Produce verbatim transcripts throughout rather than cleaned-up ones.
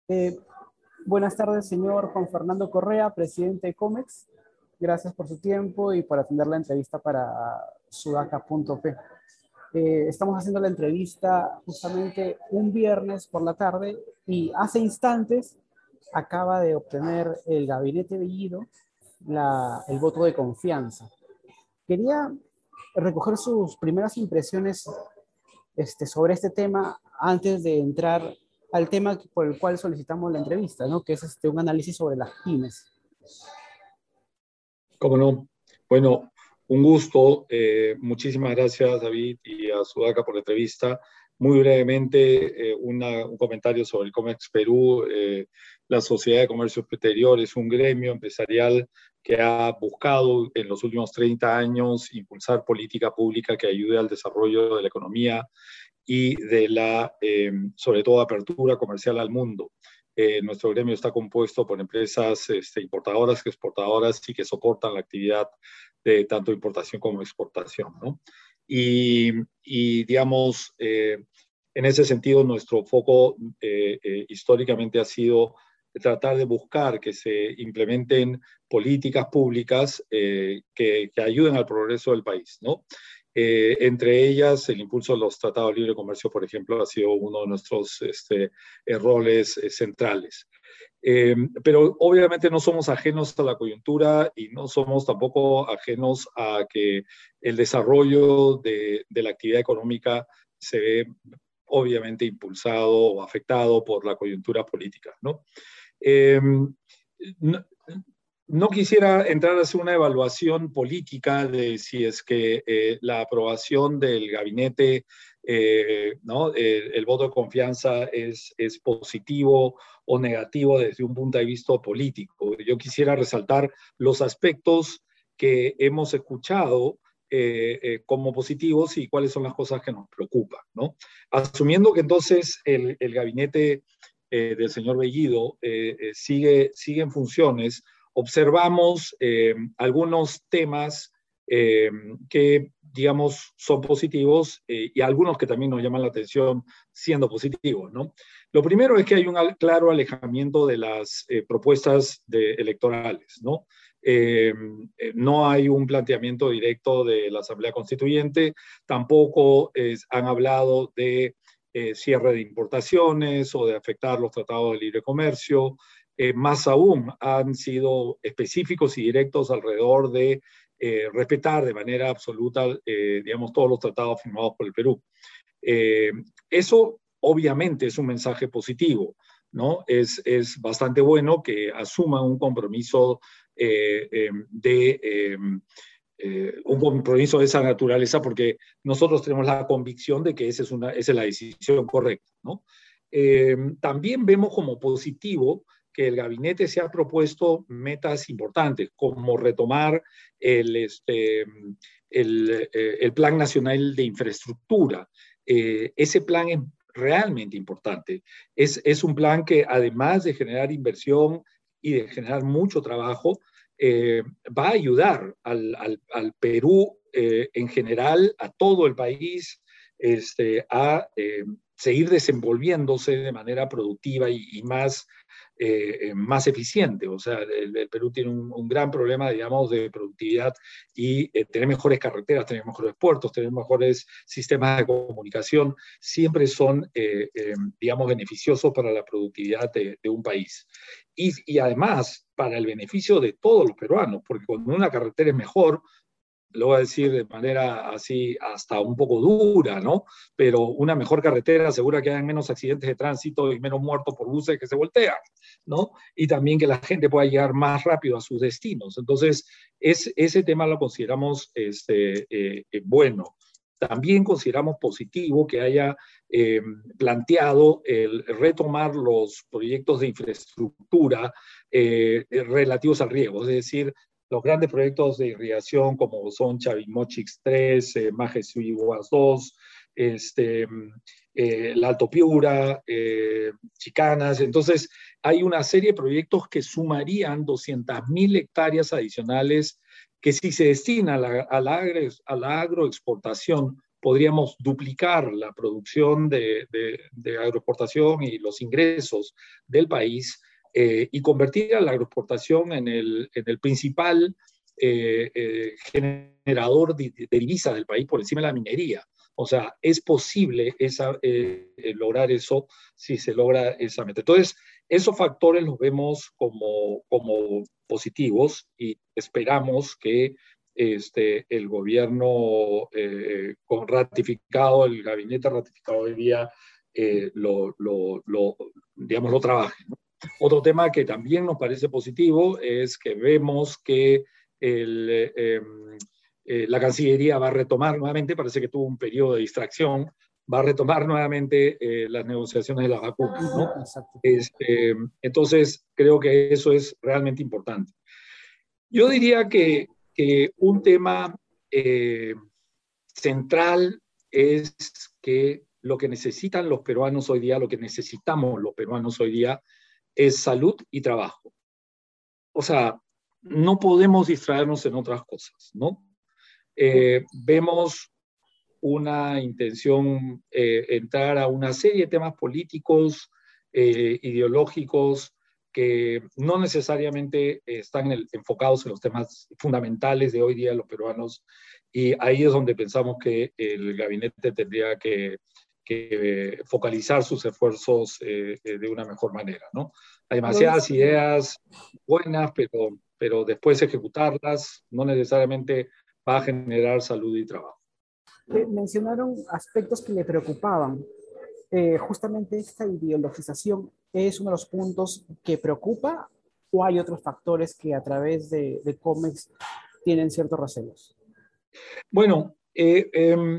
Eh, Buenas tardes, señor Juan Fernando Correa, presidente de COMEX. Gracias por su tiempo y por atender la entrevista para sudaca punto pe. Eh, estamos haciendo la entrevista justamente un viernes por la tarde y hace instantes acaba de obtener el gabinete Bellido la, el voto de confianza. Quería recoger sus primeras impresiones este, sobre este tema antes de entrar al tema por el cual solicitamos la entrevista, ¿no? Que es este, un análisis sobre las pymes. ¿Cómo no? Bueno, un gusto. Eh, muchísimas gracias, David, y a Sudaca por la entrevista. Muy brevemente, eh, una, un comentario sobre el COMEX Perú. Eh, la Sociedad de Comercio Exterior es un gremio empresarial que ha buscado en los últimos treinta años impulsar política pública que ayude al desarrollo de la economía y de la, eh, sobre todo, apertura comercial al mundo. Eh, nuestro gremio está compuesto por empresas este, importadoras, exportadoras y que soportan la actividad de tanto importación como exportación, ¿no? Y, y digamos, eh, en ese sentido, nuestro foco eh, eh, históricamente ha sido tratar de buscar que se implementen políticas públicas eh, que, que ayuden al progreso del país, ¿no? Eh, entre ellas, el impulso de los tratados de libre comercio, por ejemplo, ha sido uno de nuestros este, roles eh, centrales. Eh, pero obviamente no somos ajenos a la coyuntura y no somos tampoco ajenos a que el desarrollo de, de la actividad económica se ve obviamente impulsado o afectado por la coyuntura política, ¿no? Eh, no, no quisiera entrar a hacer una evaluación política de si es que eh, la aprobación del gabinete, eh, ¿no? el, el voto de confianza es, es positivo o negativo desde un punto de vista político. Yo quisiera resaltar los aspectos que hemos escuchado eh, eh, como positivos y cuáles son las cosas que nos preocupan, ¿no? Asumiendo que entonces el, el gabinete eh, del señor Bellido eh, eh, sigue, sigue en funciones, observamos eh, algunos temas eh, que, digamos, son positivos eh, y algunos que también nos llaman la atención siendo positivos, ¿no? Lo primero es que hay un claro alejamiento de las eh, propuestas de, electorales, ¿no? Eh, no hay un planteamiento directo de la Asamblea Constituyente, tampoco es, han hablado de eh, cierre de importaciones o de afectar los tratados de libre comercio. Eh, más aún, han sido específicos y directos alrededor de eh, respetar de manera absoluta, eh, digamos, todos los tratados firmados por el Perú. Eh, eso obviamente es un mensaje positivo, ¿no? Es, es bastante bueno que asuman un compromiso eh, eh, de... Eh, Eh, un compromiso de esa naturaleza, porque nosotros tenemos la convicción de que esa es, una, esa es la decisión correcta, ¿no? Eh, también vemos como positivo que el gabinete se ha propuesto metas importantes, como retomar el, este, el, eh, el Plan Nacional de Infraestructura. Eh, ese plan es realmente importante. Es, es un plan que, además de generar inversión y de generar mucho trabajo, Eh, va a ayudar al, al, al Perú eh, en general, a todo el país, este, a eh, seguir desenvolviéndose de manera productiva y, y más, eh, más eficiente. O sea, el, el Perú tiene un, un, gran problema, digamos, de productividad y eh, tener mejores carreteras, tener mejores puertos, tener mejores sistemas de comunicación, siempre son, eh, eh, digamos, beneficiosos para la productividad de, de un país. Y, y además, para el beneficio de todos los peruanos, porque cuando una carretera es mejor, lo voy a decir de manera así hasta un poco dura, ¿no? Pero una mejor carretera asegura que hayan menos accidentes de tránsito y menos muertos por buses que se voltean, ¿no? Y también que la gente pueda llegar más rápido a sus destinos. Entonces, es, ese tema lo consideramos este, eh, eh, bueno. También consideramos positivo que haya eh, planteado el retomar los proyectos de infraestructura eh, relativos al riego, es decir, los grandes proyectos de irrigación como son Chavimochix tres, eh, Majesuiguas dos, este, eh, el Alto Piura, eh, Chicanas. Entonces, hay una serie de proyectos que sumarían doscientas mil hectáreas adicionales que si se destina a la, a la, agro, a la agroexportación podríamos duplicar la producción de, de, de agroexportación y los ingresos del país eh, y convertir a la agroexportación en el, en el principal eh, eh, generador de, de divisas del país por encima de la minería. O sea, es posible esa, eh, lograr eso si se logra esa meta. Entonces, esos factores los vemos como, como positivos y esperamos que este, el gobierno eh, con ratificado, el gabinete ratificado hoy día, eh, lo, lo, lo, digamos, lo trabaje, ¿no? Otro tema que también nos parece positivo es que vemos que el, eh, eh, la Cancillería va a retomar nuevamente, parece que tuvo un periodo de distracción, va a retomar nuevamente eh, las negociaciones de las vacunas, ¿no? Este, entonces, creo que eso es realmente importante. Yo diría que, que un tema eh, central es que lo que necesitan los peruanos hoy día, lo que necesitamos los peruanos hoy día, es salud y trabajo. O sea, no podemos distraernos en otras cosas, ¿no? Eh, vemos una intención, eh, entrar a una serie de temas políticos, eh, ideológicos, que no necesariamente están en el, enfocados en los temas fundamentales de hoy día de los peruanos, y ahí es donde pensamos que el gabinete tendría que, que focalizar sus esfuerzos eh, de una mejor manera, ¿no? Hay demasiadas ideas buenas, pero, pero después ejecutarlas no necesariamente va a generar salud y trabajo. Eh, mencionaron aspectos que le preocupaban. Eh, justamente esta ideologización es uno de los puntos que preocupa, o hay otros factores que a través de, de COMEX tienen ciertos recelos. Bueno, eh, eh,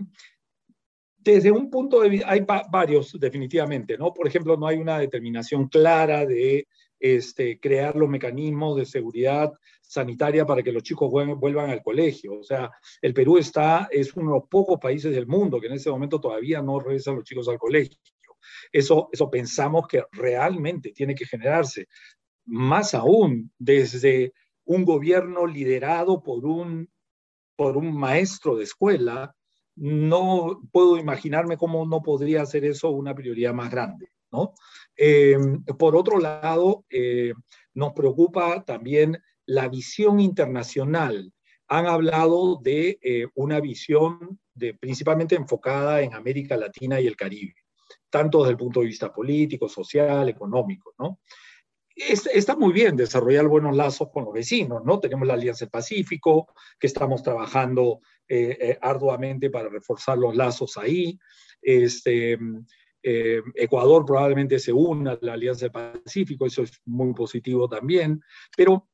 desde un punto de vista, hay va varios definitivamente, ¿no? Por ejemplo, no hay una determinación clara de este, crear los mecanismos de seguridad sanitaria para que los chicos vuelvan al colegio. O sea, el Perú está, es uno de los pocos países del mundo que en ese momento todavía no regresan los chicos al colegio. Eso, eso pensamos que realmente tiene que generarse. Más aún, desde un gobierno liderado por un, por un maestro de escuela, no puedo imaginarme cómo no podría hacer eso una prioridad más grande, ¿no? Eh, por otro lado, eh, nos preocupa también la visión internacional. Han hablado de eh, una visión de, principalmente enfocada en América Latina y el Caribe, tanto desde el punto de vista político, social, económico, ¿no? Está muy bien desarrollar buenos lazos con los vecinos, ¿no? Tenemos la Alianza del Pacífico, que estamos trabajando eh, eh, arduamente para reforzar los lazos ahí. Este, eh, Ecuador probablemente se una a la Alianza del Pacífico, eso es muy positivo también, pero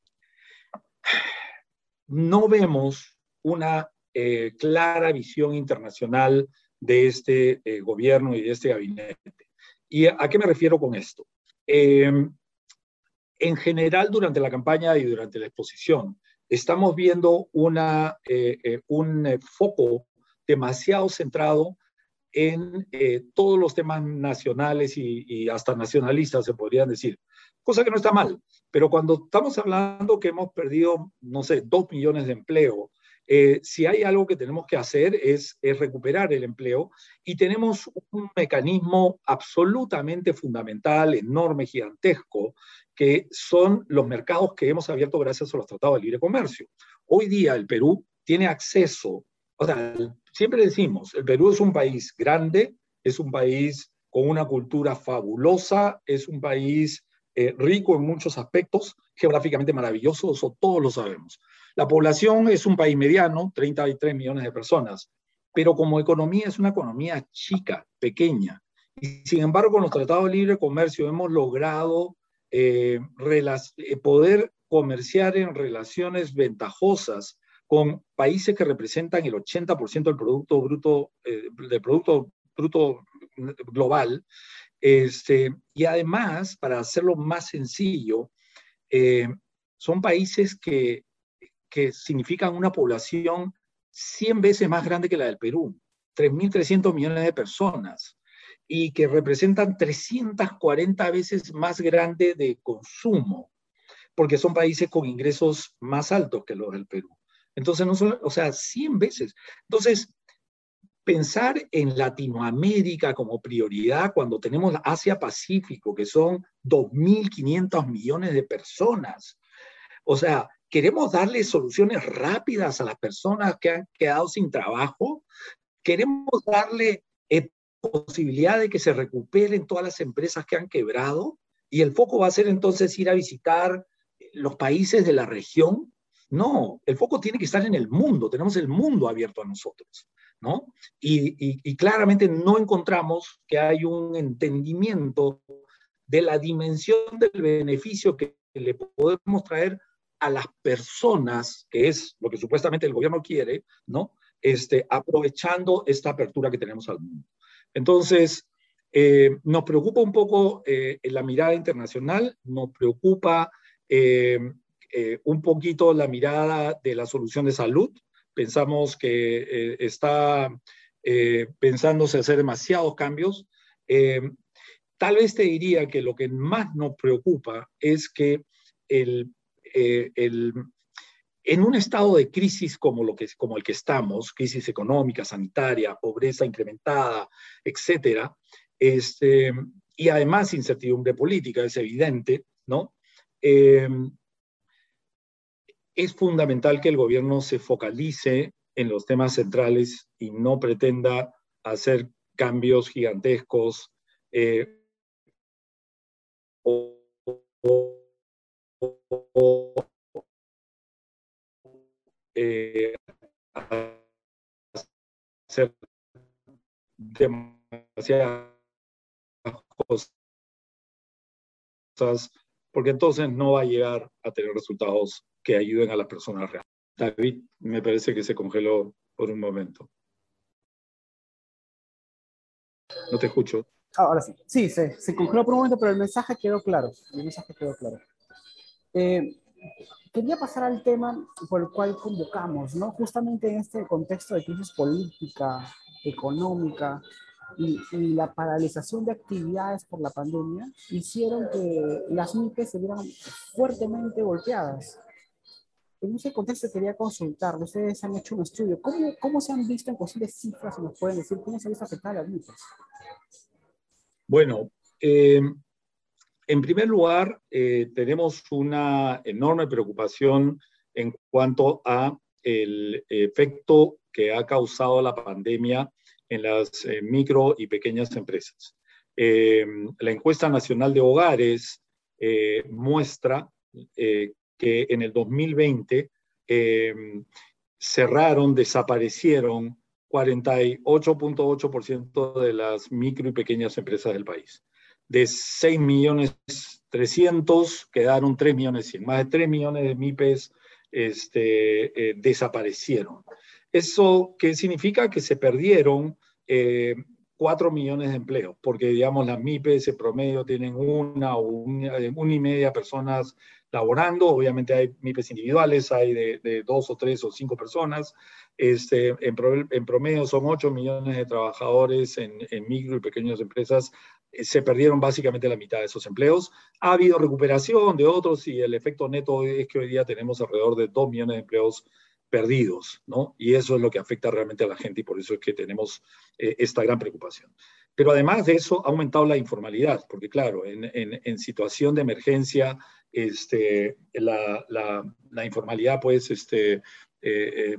no vemos una eh, clara visión internacional de este eh, gobierno y de este gabinete. ¿Y a qué me refiero con esto? Eh, En general, durante la campaña y durante la exposición, estamos viendo una, eh, eh, un eh, foco demasiado centrado en eh, todos los temas nacionales y, y hasta nacionalistas, se podrían decir, cosa que no está mal, pero cuando estamos hablando que hemos perdido, no sé, dos millones de empleo, eh, si hay algo que tenemos que hacer es, es recuperar el empleo, y tenemos un mecanismo absolutamente fundamental, enorme, gigantesco, que son los mercados que hemos abierto gracias a los tratados de libre comercio. Hoy día el Perú tiene acceso, o sea, siempre decimos, el Perú es un país grande, es un país con una cultura fabulosa, es un país eh, rico en muchos aspectos, geográficamente maravilloso, eso todos lo sabemos. La población es un país mediano, treinta y tres millones de personas, pero como economía es una economía chica, pequeña. Y sin embargo, con los tratados de libre comercio hemos logrado eh, poder comerciar en relaciones ventajosas con países que representan el ochenta por ciento del Producto Bruto, eh, del producto bruto global. Este, y además, para hacerlo más sencillo, eh, son países que, que significan una población cien veces más grande que la del Perú, tres mil trescientos millones de personas, y que representan trescientas cuarenta veces más grande de consumo, porque son países con ingresos más altos que los del Perú. Entonces, no solo, o sea, cien veces. Entonces, pensar en Latinoamérica como prioridad cuando tenemos Asia-Pacífico, que son dos mil quinientos millones de personas. O sea, ¿queremos darle soluciones rápidas a las personas que han quedado sin trabajo? ¿Queremos darle eh, posibilidad de que se recuperen todas las empresas que han quebrado? ¿Y el foco va a ser entonces ir a visitar los países de la región? No, el foco tiene que estar en el mundo, tenemos el mundo abierto a nosotros, ¿no? Y, y, y claramente no encontramos que hay un entendimiento de la dimensión del beneficio que le podemos traer a las personas, que es lo que supuestamente el gobierno quiere, ¿no? Este, aprovechando esta apertura que tenemos al mundo. Entonces, eh, nos preocupa un poco eh, la mirada internacional, nos preocupa eh, eh, un poquito la mirada de la solución de salud. Pensamos que eh, está eh, pensándose hacer demasiados cambios. Eh, tal vez te diría que lo que más nos preocupa es que el, eh, el, en un estado de crisis como, lo que, como el que estamos, crisis económica, sanitaria, pobreza incrementada, etcétera, este, y además incertidumbre política, es evidente, ¿no? Eh, es fundamental que el gobierno se focalice en los temas centrales y no pretenda hacer cambios gigantescos eh, o, o, o eh, hacer demasiadas cosas, porque entonces no va a llegar a tener resultados que ayuden a las personas reales. David, me parece que se congeló por un momento. No te escucho. Ahora sí, sí, se, se congeló por un momento, pero el mensaje quedó claro. El mensaje quedó claro. Eh, quería pasar al tema por el cual convocamos, ¿no? Justamente en este contexto de crisis política, económica y, y la paralización de actividades por la pandemia hicieron que las MIPYMES se vieran fuertemente golpeadas. En ese contexto quería consultar, ustedes han hecho un estudio, ¿cómo, cómo se han visto en posibles cifras, si nos pueden decir cómo se han visto afectadas las MIPYMES? Bueno, eh, en primer lugar, eh, tenemos una enorme preocupación en cuanto a el efecto que ha causado la pandemia en las eh, micro y pequeñas empresas. Eh, la encuesta nacional de hogares eh, muestra eh, que en el dos mil veinte eh, cerraron, desaparecieron cuarenta y ocho punto ocho por ciento de las micro y pequeñas empresas del país. De seis millones trescientos quedaron tres millones cien. Más de tres millones de MIPYMES este, eh, desaparecieron. ¿Eso qué significa? Que se perdieron eh, cuatro millones de empleos, porque digamos las MIPYMES en promedio tienen una o una, una y media personas laborando. Obviamente hay MIPYMES individuales, hay de, de dos o tres o cinco personas. Este, en, pro, en promedio son ocho millones de trabajadores en, en micro y pequeñas empresas. Eh, se perdieron básicamente la mitad de esos empleos. Ha habido recuperación de otros y el efecto neto es que hoy día tenemos alrededor de dos millones de empleos perdidos, ¿no? Y eso es lo que afecta realmente a la gente y por eso es que tenemos eh, esta gran preocupación. Pero además de eso, ha aumentado la informalidad, porque claro, en, en, en situación de emergencia, este, la, la, la informalidad pues este, eh, eh,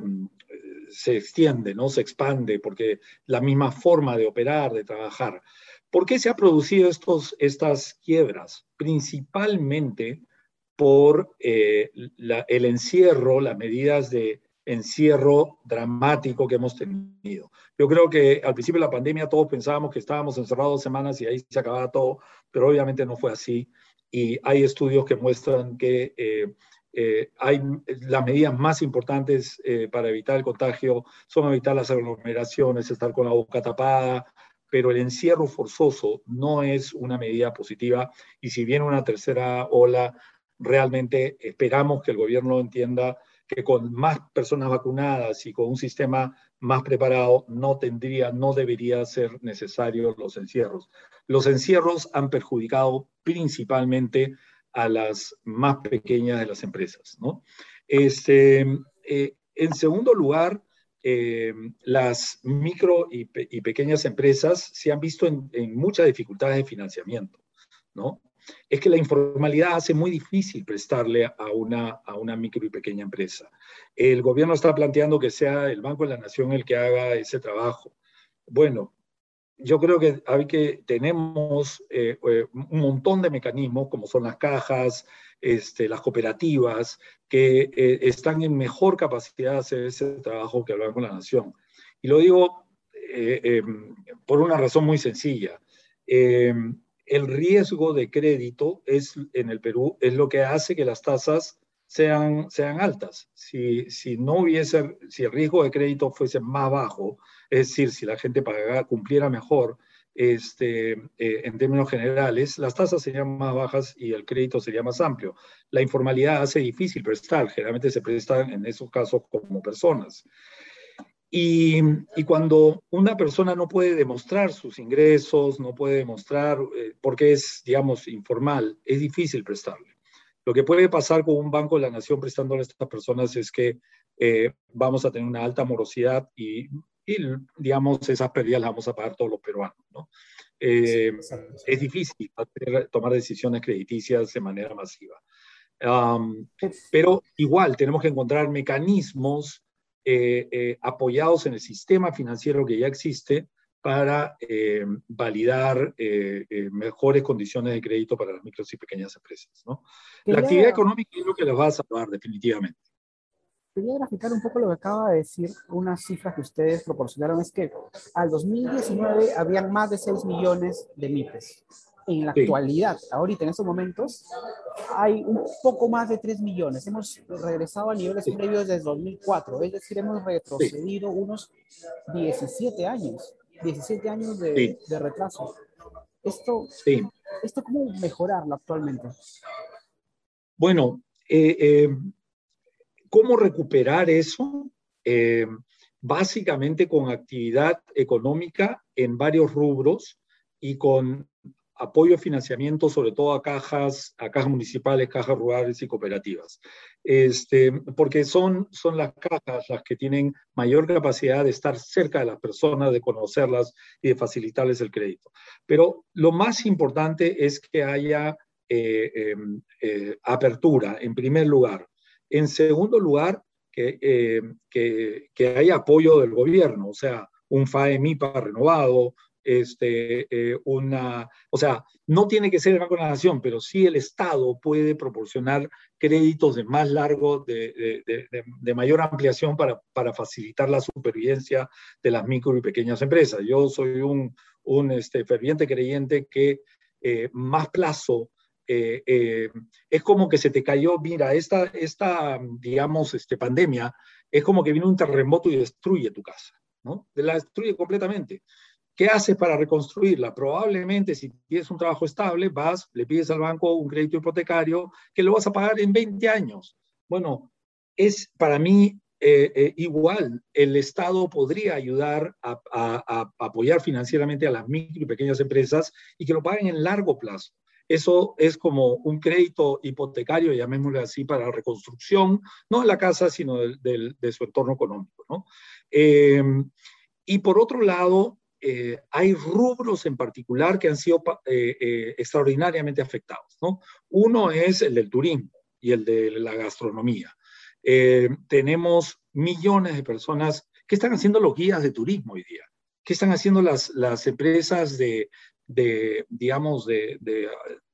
se extiende, ¿no? Se expande, porque la misma forma de operar, de trabajar. ¿Por qué se han producido estos, estas quiebras? Principalmente por eh, la, el encierro, las medidas de encierro dramático que hemos tenido. Yo creo que al principio de la pandemia todos pensábamos que estábamos encerrados dos semanas y ahí se acababa todo, pero obviamente no fue así. Y hay estudios que muestran que eh, eh, hay las medidas más importantes eh, para evitar el contagio son evitar las aglomeraciones, estar con la boca tapada, pero el encierro forzoso no es una medida positiva y si viene una tercera ola, realmente esperamos que el gobierno entienda que con más personas vacunadas y con un sistema más preparado no tendría, no debería ser necesario los encierros. Los encierros han perjudicado principalmente a las más pequeñas de las empresas, ¿no? Este, eh, en segundo lugar, eh, las micro y, pe y pequeñas empresas se han visto en, en muchas dificultades de financiamiento, ¿no? Es que la informalidad hace muy difícil prestarle a una, a una micro y pequeña empresa. El gobierno está planteando que sea el Banco de la Nación el que haga ese trabajo. Bueno, yo creo que, hay que tenemos eh, eh, un montón de mecanismos, como son las cajas, este, las cooperativas, que eh, están en mejor capacidad de hacer ese trabajo que el Banco de la Nación. Y lo digo eh, eh, por una razón muy sencilla. Eh, el riesgo de crédito es, en el Perú es lo que hace que las tasas sean, sean altas. Si, si no hubiese, si el riesgo de crédito fuese más bajo, es decir, si la gente pagara, cumpliera mejor, este, eh, en términos generales, las tasas serían más bajas y el crédito sería más amplio. La informalidad hace difícil prestar, generalmente se prestan en esos casos como personas. Y, y cuando una persona no puede demostrar sus ingresos, no puede demostrar, eh, porque es, digamos, informal, es difícil prestarle. Lo que puede pasar con un Banco de la Nación prestándole a estas personas es que eh, vamos a tener una alta morosidad y, y, digamos, esas pérdidas las vamos a pagar todos los peruanos, ¿no? Eh, es difícil hacer, tomar decisiones crediticias de manera masiva. Um, pero igual tenemos que encontrar mecanismos eh, eh, apoyados en el sistema financiero que ya existe para eh, validar eh, eh, mejores condiciones de crédito para las micros y pequeñas empresas, ¿no? La Quería, actividad económica es lo que les va a salvar definitivamente. quería graficar un poco lo que acaba de decir. Una cifra que ustedes proporcionaron es que al dos mil diecinueve habían más de seis millones de MIPES. En la Sí. actualidad, ahorita en estos momentos, hay un poco más de tres millones. Hemos regresado a niveles Sí. previos desde dos mil cuatro, es decir, hemos retrocedido sí. unos diecisiete años, diecisiete años de, sí. de retraso. Esto, sí. ¿Esto cómo mejorarlo actualmente? Bueno, eh, eh, ¿cómo recuperar eso? Eh, básicamente con actividad económica en varios rubros y con apoyo, financiamiento, sobre todo a cajas, a cajas municipales, cajas rurales y cooperativas. Este, porque son, son las cajas las que tienen mayor capacidad de estar cerca de las personas, de conocerlas y de facilitarles el crédito. Pero lo más importante es que haya eh, eh, eh, apertura, en primer lugar. En segundo lugar, que, eh, que, que haya apoyo del gobierno, o sea, un FAE-MIPA renovado, este, eh, una, o sea, no tiene que ser el Banco de la Nación, pero sí el Estado puede proporcionar créditos de más largo, de, de, de, de mayor ampliación para, para facilitar la supervivencia de las micro y pequeñas empresas. Yo soy un, un este, ferviente creyente que eh, más plazo Eh, eh, es como que se te cayó, mira, esta, esta digamos, este, pandemia, es como que viene un terremoto y destruye tu casa, ¿no? La destruye completamente. ¿Qué haces para reconstruirla? Probablemente, si tienes un trabajo estable, vas, le pides al banco un crédito hipotecario que lo vas a pagar en veinte años. Bueno, es para mí eh, eh, igual, el Estado podría ayudar a, a, a apoyar financieramente a las micro y pequeñas empresas y que lo paguen en largo plazo. Eso es como un crédito hipotecario, llamémosle así, para la reconstrucción, no de la casa, sino de, de, de su entorno económico, ¿no? Eh, y por otro lado, eh, hay rubros en particular que han sido eh, eh, extraordinariamente afectados, ¿no? Uno es el del turismo y el de la gastronomía. Eh, tenemos millones de personas que están haciendo los guías de turismo hoy día, que están haciendo las, las empresas de, de digamos, de, de,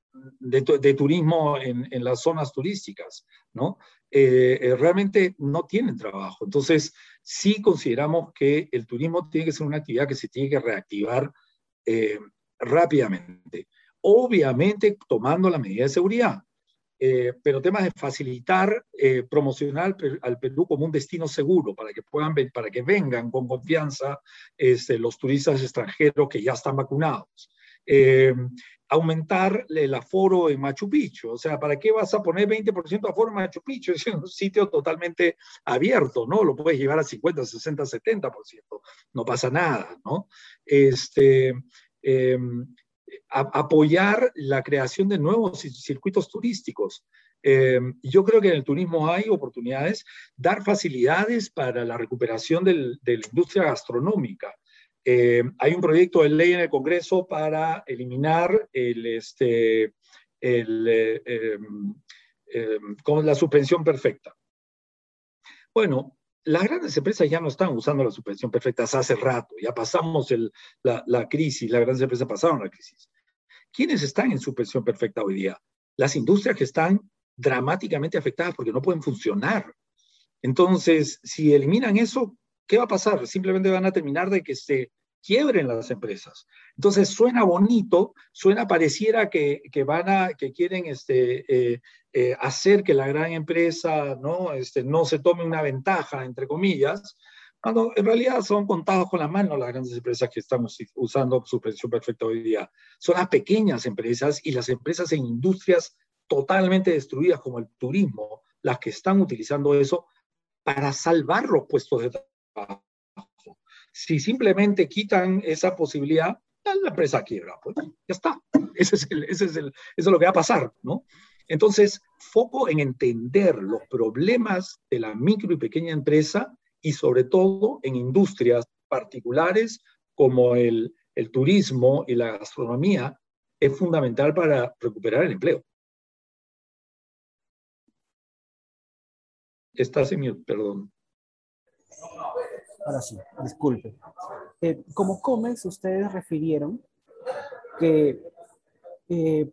de, de turismo en, en las zonas turísticas, ¿no? Eh, eh, realmente no tienen trabajo. Entonces, sí consideramos que el turismo tiene que ser una actividad que se tiene que reactivar eh, rápidamente. Obviamente, tomando la medida de seguridad. Eh, pero temas de facilitar, eh, promocionar al Perú como un destino seguro para que puedan ver, para que vengan con confianza este, los turistas extranjeros que ya están vacunados. Eh, aumentar el aforo en Machu Picchu, o sea, ¿para qué vas a poner veinte por ciento de aforo en Machu Picchu? Es un sitio totalmente abierto, ¿no? Lo puedes llevar a cincuenta, sesenta, setenta por ciento, no pasa nada, ¿no? Este, eh, a, apoyar la creación de nuevos circuitos turísticos. Eh, yo creo que en el turismo hay oportunidades, dar facilidades para la recuperación del, de la industria gastronómica. Eh, hay un proyecto de ley en el Congreso para eliminar el, este, el, eh, eh, eh, con la suspensión perfecta. Bueno, las grandes empresas ya no están usando la suspensión perfecta hace rato, ya pasamos el, la, la crisis, las grandes empresas pasaron la crisis. ¿Quiénes están en suspensión perfecta hoy día? Las industrias que están dramáticamente afectadas porque no pueden funcionar. Entonces, si eliminan eso, ¿qué va a pasar? Simplemente van a terminar de que se quiebren las empresas. Entonces, suena bonito, suena pareciera que, que van a, que quieren este, eh, eh, hacer que la gran empresa no, este, no se tome una ventaja, entre comillas, cuando en realidad son contados con la mano las grandes empresas que estamos usando suspensión perfecta hoy día. Son las pequeñas empresas y las empresas en industrias totalmente destruidas como el turismo, las que están utilizando eso para salvar los puestos de trabajo. Si simplemente quitan esa posibilidad, la empresa quiebra, pues ya está. Ese es, el, ese es, el, eso es lo que va a pasar, ¿no? Entonces, foco en entender los problemas de la micro y pequeña empresa y sobre todo en industrias particulares como el, el turismo y la gastronomía, es fundamental para recuperar el empleo. Estás en mute, perdón. Ahora sí, disculpe. Eh, como Comex, ustedes refirieron que eh,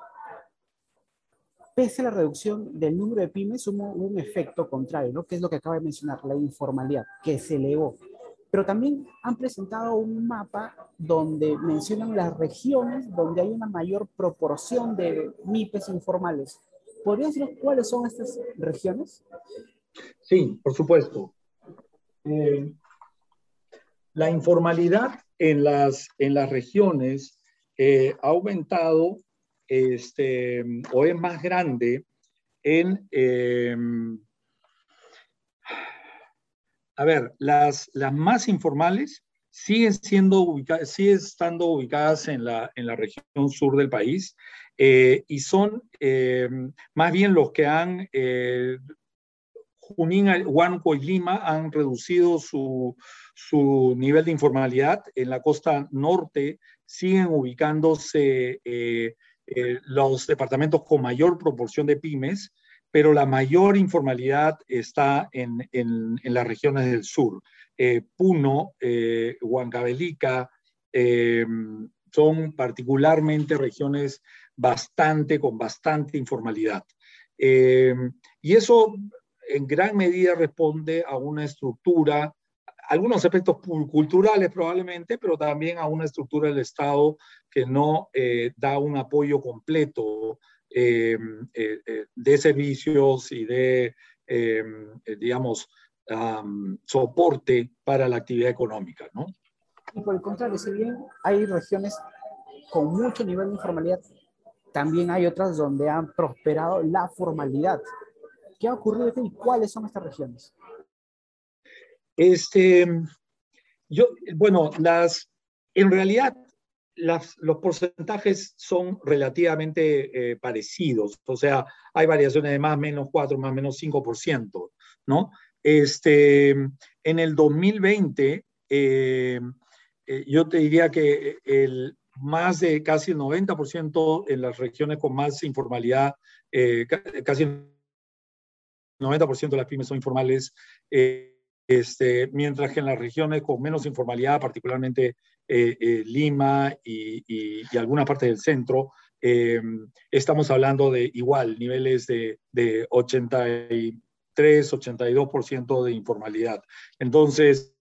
pese a la reducción del número de pymes, hubo un efecto contrario, ¿no? Que es lo que acaba de mencionar, la informalidad, que se elevó. Pero también han presentado un mapa donde mencionan las regiones donde hay una mayor proporción de MIPES informales. ¿Podría decirnos cuáles son estas regiones? Sí, por supuesto. Eh, la informalidad en las, en las regiones eh, ha aumentado este, o es más grande en... Eh, a ver, las, las más informales siguen, siendo ubicadas, siguen estando ubicadas en la, en la región sur del país eh, y son eh, más bien los que han... Eh, Junín, Huánuco y Lima han reducido su, su nivel de informalidad. En la costa norte siguen ubicándose eh, eh, los departamentos con mayor proporción de pymes, pero la mayor informalidad está en, en, en las regiones del sur. Eh, Puno, eh, Huancavelica, eh, son particularmente regiones bastante, con bastante informalidad. Eh, y eso en gran medida responde a una estructura, algunos aspectos culturales probablemente, pero también a una estructura del Estado que no eh, da un apoyo completo eh, eh, de servicios y de, eh, digamos, um, soporte para la actividad económica, ¿no? Y por el contrario, si bien hay regiones con mucho nivel de informalidad, también hay otras donde han prosperado la formalidad. ¿Qué ha ocurrido aquí y cuáles son estas regiones? Este, yo, bueno, las, en realidad las, los porcentajes son relativamente eh, parecidos, o sea, hay variaciones de más o menos cuatro, más o menos cinco por ciento, ¿no? Este, en el dos mil veinte, eh, eh, yo te diría que el, más de casi el noventa por ciento en las regiones con más informalidad, eh, casi el noventa por ciento de las pymes son informales, eh, este, mientras que en las regiones con menos informalidad, particularmente eh, eh, Lima y, y, y algunas partes del centro, eh, estamos hablando de igual, niveles de, de ochenta y tres, ochenta y dos por ciento de informalidad. Entonces,